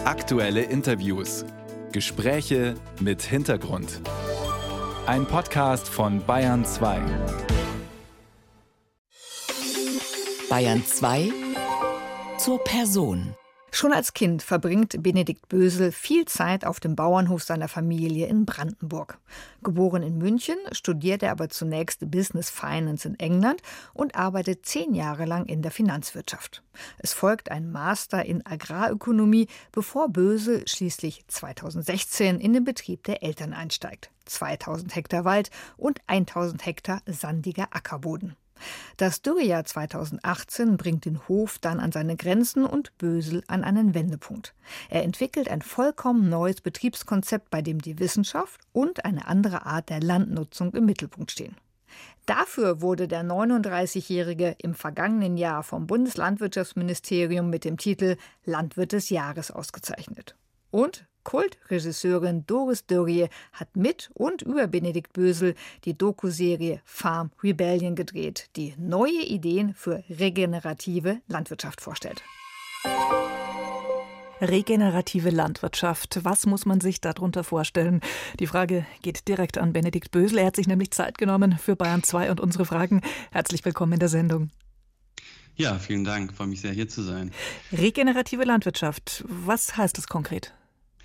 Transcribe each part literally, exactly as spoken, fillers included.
Aktuelle Interviews. Gespräche mit Hintergrund. Ein Podcast von Bayern zwei. Bayern zwei zur Person. Schon als Kind verbringt Benedikt Bösel viel Zeit auf dem Bauernhof seiner Familie in Brandenburg. Geboren in München, studiert er aber zunächst Business Finance in England und arbeitet zehn Jahre lang in der Finanzwirtschaft. Es folgt ein Master in Agrarökonomie, bevor Bösel schließlich zweitausendsechzehn in den Betrieb der Eltern einsteigt. zweitausend Hektar Wald und tausend Hektar sandiger Ackerboden. Das Dürrejahr zweitausendachtzehn bringt den Hof dann an seine Grenzen und Bösel an einen Wendepunkt. Er entwickelt ein vollkommen neues Betriebskonzept, bei dem die Wissenschaft und eine andere Art der Landnutzung im Mittelpunkt stehen. Dafür wurde der neununddreißigjährige im vergangenen Jahr vom Bundeslandwirtschaftsministerium mit dem Titel Landwirt des Jahres ausgezeichnet. Und Kultregisseurin Doris Dörrie hat mit und über Benedikt Bösel die Doku-Serie Farm Rebellion gedreht, die neue Ideen für regenerative Landwirtschaft vorstellt. Regenerative Landwirtschaft. Was muss man sich darunter vorstellen? Die Frage geht direkt an Benedikt Bösel. Er hat sich nämlich Zeit genommen für Bayern zwei und unsere Fragen. Herzlich willkommen in der Sendung. Ja, vielen Dank. Ich freue mich sehr, hier zu sein. Regenerative Landwirtschaft. Was heißt das konkret?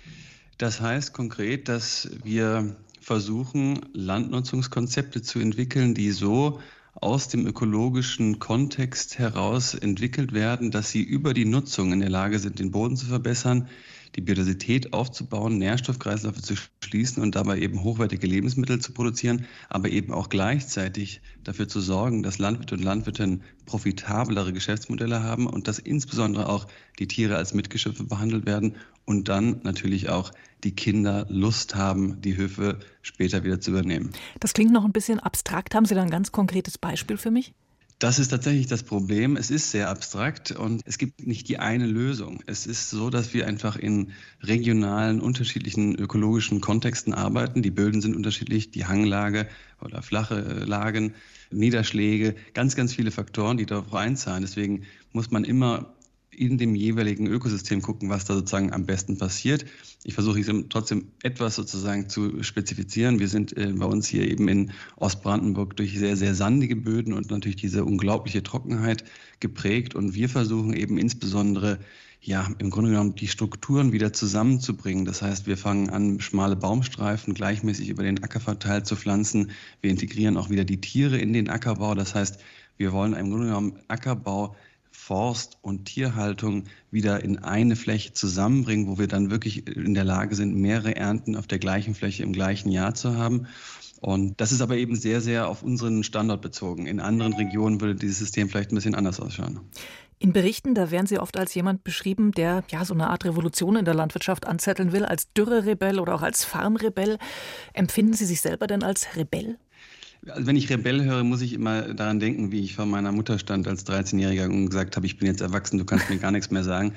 Das heißt konkret, dass wir versuchen, Landnutzungskonzepte zu entwickeln, die so aus dem ökologischen Kontext heraus entwickelt werden, dass sie über die Nutzung in der Lage sind, den Boden zu verbessern, die Biodiversität aufzubauen, Nährstoffkreisläufe zu schließen und dabei eben hochwertige Lebensmittel zu produzieren, aber eben auch gleichzeitig dafür zu sorgen, dass Landwirte und Landwirtinnen profitablere Geschäftsmodelle haben und dass insbesondere auch die Tiere als Mitgeschöpfe behandelt werden und dann natürlich auch die Kinder Lust haben, die Höfe später wieder zu übernehmen. Das klingt noch ein bisschen abstrakt. Haben Sie da ein ganz konkretes Beispiel für mich? Das ist tatsächlich das Problem. Es ist sehr abstrakt und es gibt nicht die eine Lösung. Es ist so, dass wir einfach in regionalen, unterschiedlichen ökologischen Kontexten arbeiten. Die Böden sind unterschiedlich, die Hanglage oder flache Lagen, Niederschläge, ganz, ganz viele Faktoren, die darauf einzahlen. Deswegen muss man immer in dem jeweiligen Ökosystem gucken, was da sozusagen am besten passiert. Ich versuche es trotzdem etwas sozusagen zu spezifizieren. Wir sind äh, bei uns hier eben in Ostbrandenburg durch sehr, sehr sandige Böden und natürlich diese unglaubliche Trockenheit geprägt. Und wir versuchen eben insbesondere, ja, im Grunde genommen die Strukturen wieder zusammenzubringen. Das heißt, wir fangen an, schmale Baumstreifen gleichmäßig über den Acker verteilt zu pflanzen. Wir integrieren auch wieder die Tiere in den Ackerbau. Das heißt, wir wollen im Grunde genommen Ackerbau, Forst und Tierhaltung wieder in eine Fläche zusammenbringen, wo wir dann wirklich in der Lage sind, mehrere Ernten auf der gleichen Fläche im gleichen Jahr zu haben. Und das ist aber eben sehr, sehr auf unseren Standort bezogen. In anderen Regionen würde dieses System vielleicht ein bisschen anders ausschauen. In Berichten, da werden Sie oft als jemand beschrieben, der ja so eine Art Revolution in der Landwirtschaft anzetteln will, als Dürrerebell oder auch als Farmrebell. Empfinden Sie sich selber denn als Rebell? Also wenn ich Rebell höre, muss ich immer daran denken, wie ich vor meiner Mutter stand als dreizehnjähriger und gesagt habe, ich bin jetzt erwachsen, du kannst mir gar nichts mehr sagen.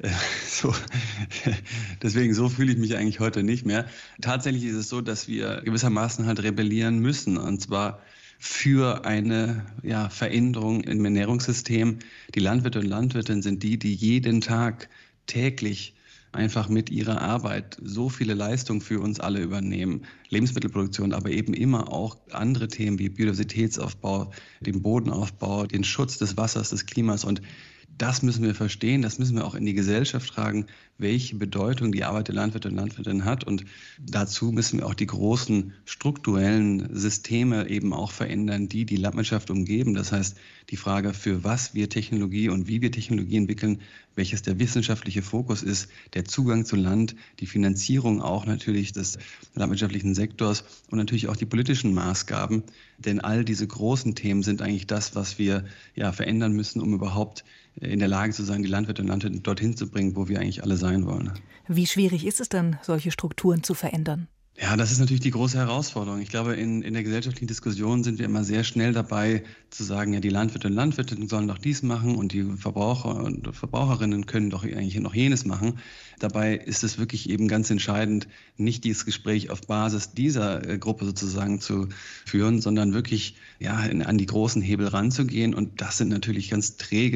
So, deswegen, so fühle ich mich eigentlich heute nicht mehr. Tatsächlich ist es so, dass wir gewissermaßen halt rebellieren müssen, und zwar für eine ja, Veränderung im Ernährungssystem. Die Landwirte und Landwirtinnen sind die, die jeden Tag täglich einfach mit ihrer Arbeit so viele Leistungen für uns alle übernehmen. Lebensmittelproduktion, aber eben immer auch andere Themen wie Biodiversitätsaufbau, den Bodenaufbau, den Schutz des Wassers, des Klimas. Und das müssen wir verstehen, das müssen wir auch in die Gesellschaft tragen, welche Bedeutung die Arbeit der Landwirte und Landwirtinnen hat. Und dazu müssen wir auch die großen strukturellen Systeme eben auch verändern, die die Landwirtschaft umgeben. Das heißt, die Frage, für was wir Technologie und wie wir Technologie entwickeln, welches der wissenschaftliche Fokus ist, der Zugang zu Land, die Finanzierung auch natürlich des landwirtschaftlichen Sektors und natürlich auch die politischen Maßgaben. Denn all diese großen Themen sind eigentlich das, was wir ja verändern müssen, um überhaupt in der Lage zu sein, die Landwirte und Landwirte dorthin zu bringen, wo wir eigentlich alle sein wollen. Wie schwierig ist es denn, solche Strukturen zu verändern? Ja, das ist natürlich die große Herausforderung. Ich glaube, in, in der gesellschaftlichen Diskussion sind wir immer sehr schnell dabei zu sagen, ja, die Landwirte und Landwirtinnen sollen doch dies machen und die Verbraucher und Verbraucherinnen können doch eigentlich noch jenes machen. Dabei ist es wirklich eben ganz entscheidend, nicht dieses Gespräch auf Basis dieser Gruppe sozusagen zu führen, sondern wirklich ja, an die großen Hebel ranzugehen. Und das sind natürlich ganz träge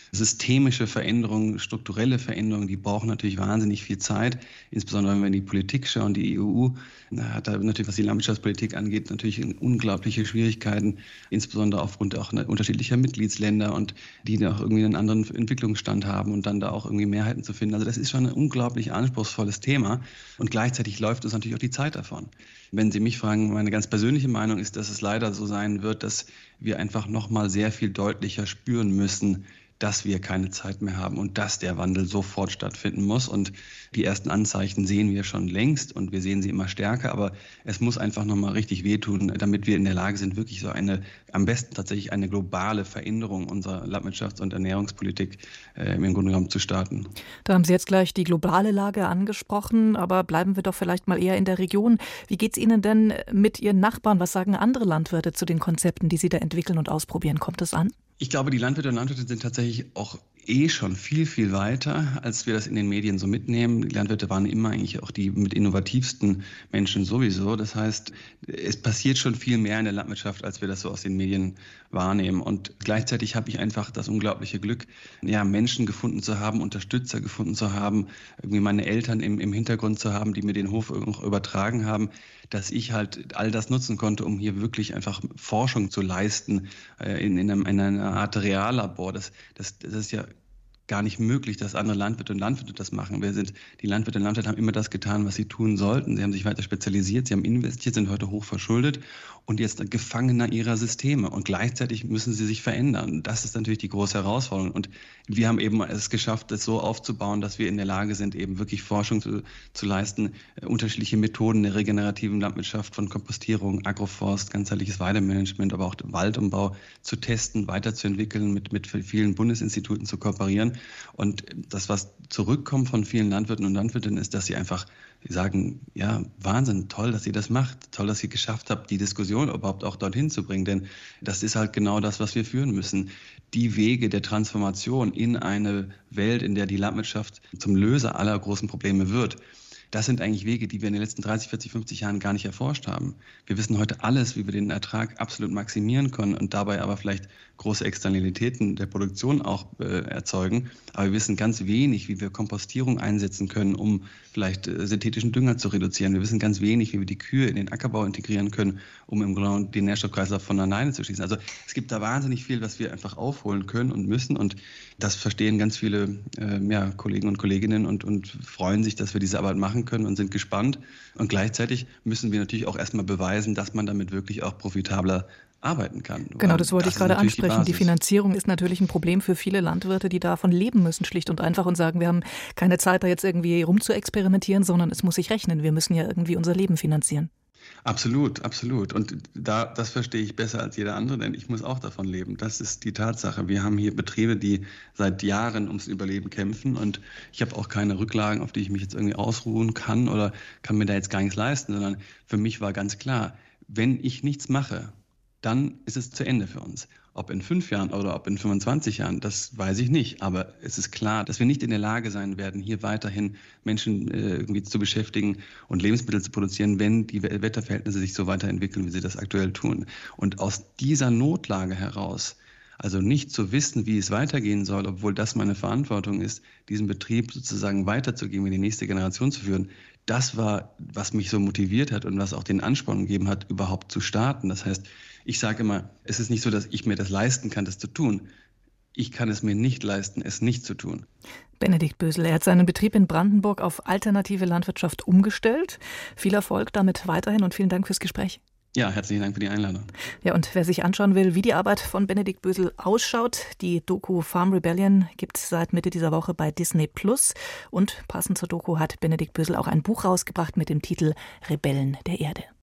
systemische Veränderungen, strukturelle Veränderungen, die brauchen natürlich wahnsinnig viel Zeit. Insbesondere wenn wir in die Politik schauen. Die E U hat da natürlich, was die Landwirtschaftspolitik angeht, natürlich unglaubliche Schwierigkeiten, insbesondere aufgrund auch unterschiedlicher Mitgliedsländer und die auch irgendwie einen anderen Entwicklungsstand haben und dann da auch irgendwie Mehrheiten zu finden. Also das ist schon ein unglaublich anspruchsvolles Thema und gleichzeitig läuft uns natürlich auch die Zeit davon. Wenn Sie mich fragen, meine ganz persönliche Meinung ist, dass es leider so sein wird, dass wir einfach noch mal sehr viel deutlicher spüren müssen, dass wir keine Zeit mehr haben und dass der Wandel sofort stattfinden muss. Und die ersten Anzeichen sehen wir schon längst und wir sehen sie immer stärker. Aber es muss einfach nochmal richtig wehtun, damit wir in der Lage sind, wirklich so eine, am besten tatsächlich eine globale Veränderung unserer Landwirtschafts- und Ernährungspolitik äh, im Grunde genommen zu starten. Da haben Sie jetzt gleich die globale Lage angesprochen, aber bleiben wir doch vielleicht mal eher in der Region. Wie geht es Ihnen denn mit Ihren Nachbarn? Was sagen andere Landwirte zu den Konzepten, die Sie da entwickeln und ausprobieren? Kommt es an? Ich glaube, die Landwirte und Landwirte sind tatsächlich auch eh schon viel, viel weiter, als wir das in den Medien so mitnehmen. Die Landwirte waren immer eigentlich auch die mit innovativsten Menschen sowieso. Das heißt, es passiert schon viel mehr in der Landwirtschaft, als wir das so aus den Medien wahrnehmen. Und gleichzeitig habe ich einfach das unglaubliche Glück, ja, Menschen gefunden zu haben, Unterstützer gefunden zu haben, irgendwie meine Eltern im, im Hintergrund zu haben, die mir den Hof auch übertragen haben, dass ich halt all das nutzen konnte, um hier wirklich einfach Forschung zu leisten äh, in, in, einem, in einer Art Reallabor. Das, das, das ist ja gar nicht möglich, dass andere Landwirte und Landwirte das machen. Wir sind, die Landwirte und Landwirte haben immer das getan, was sie tun sollten. Sie haben sich weiter spezialisiert, sie haben investiert, sind heute hoch verschuldet und jetzt Gefangener ihrer Systeme. Und gleichzeitig müssen sie sich verändern. Das ist natürlich die große Herausforderung. Und wir haben eben es geschafft, das so aufzubauen, dass wir in der Lage sind, eben wirklich Forschung zu, zu leisten, äh, unterschiedliche Methoden der regenerativen Landwirtschaft, von Kompostierung, Agroforst, ganzheitliches Weidemanagement, aber auch Waldumbau zu testen, weiterzuentwickeln, mit, mit vielen Bundesinstituten zu kooperieren. Und das, was zurückkommt von vielen Landwirten und Landwirtinnen, ist, dass sie einfach sagen, ja, Wahnsinn, toll, dass ihr das macht, toll, dass ihr geschafft habt, die Diskussion überhaupt auch dorthin zu bringen, denn das ist halt genau das, was wir führen müssen. Die Wege der Transformation in eine Welt, in der die Landwirtschaft zum Löser aller großen Probleme wird. Das sind eigentlich Wege, die wir in den letzten dreißig, vierzig, fünfzig Jahren gar nicht erforscht haben. Wir wissen heute alles, wie wir den Ertrag absolut maximieren können und dabei aber vielleicht große Externalitäten der Produktion auch äh, erzeugen. Aber wir wissen ganz wenig, wie wir Kompostierung einsetzen können, um vielleicht äh, synthetischen Dünger zu reduzieren. Wir wissen ganz wenig, wie wir die Kühe in den Ackerbau integrieren können, um im Grunde den Nährstoffkreislauf von alleine zu schließen. Also es gibt da wahnsinnig viel, was wir einfach aufholen können und müssen. Und das verstehen ganz viele äh, ja, Kollegen und Kolleginnen und, und freuen sich, dass wir diese Arbeit machen können und sind gespannt. Und gleichzeitig müssen wir natürlich auch erstmal beweisen, dass man damit wirklich auch profitabler arbeiten kann. Genau, das wollte das ich gerade ansprechen. Die, die Finanzierung ist natürlich ein Problem für viele Landwirte, die davon leben müssen, schlicht und einfach, und sagen, wir haben keine Zeit, da jetzt irgendwie rumzuexperimentieren, sondern es muss sich rechnen. Wir müssen ja irgendwie unser Leben finanzieren. Absolut, absolut. Und da, das verstehe ich besser als jeder andere, denn ich muss auch davon leben. Das ist die Tatsache. Wir haben hier Betriebe, die seit Jahren ums Überleben kämpfen und ich habe auch keine Rücklagen, auf die ich mich jetzt irgendwie ausruhen kann oder kann mir da jetzt gar nichts leisten, sondern für mich war ganz klar, wenn ich nichts mache, dann ist es zu Ende für uns. Ob in fünf Jahren oder ob in fünfundzwanzig Jahren, das weiß ich nicht. Aber es ist klar, dass wir nicht in der Lage sein werden, hier weiterhin Menschen äh, irgendwie zu beschäftigen und Lebensmittel zu produzieren, wenn die Wetterverhältnisse sich so weiterentwickeln, wie sie das aktuell tun. Und aus dieser Notlage heraus, also nicht zu wissen, wie es weitergehen soll, obwohl das meine Verantwortung ist, diesen Betrieb sozusagen weiterzugeben, in die nächste Generation zu führen, das war, was mich so motiviert hat und was auch den Ansporn gegeben hat, überhaupt zu starten. Das heißt, ich sage immer, es ist nicht so, dass ich mir das leisten kann, das zu tun. Ich kann es mir nicht leisten, es nicht zu tun. Benedikt Bösel, er hat seinen Betrieb in Brandenburg auf alternative Landwirtschaft umgestellt. Viel Erfolg damit weiterhin und vielen Dank fürs Gespräch. Ja, herzlichen Dank für die Einladung. Ja, und wer sich anschauen will, wie die Arbeit von Benedikt Bösel ausschaut, die Doku Farm Rebellion gibt es seit Mitte dieser Woche bei Disney Plus. Und passend zur Doku hat Benedikt Bösel auch ein Buch rausgebracht mit dem Titel Rebellen der Erde.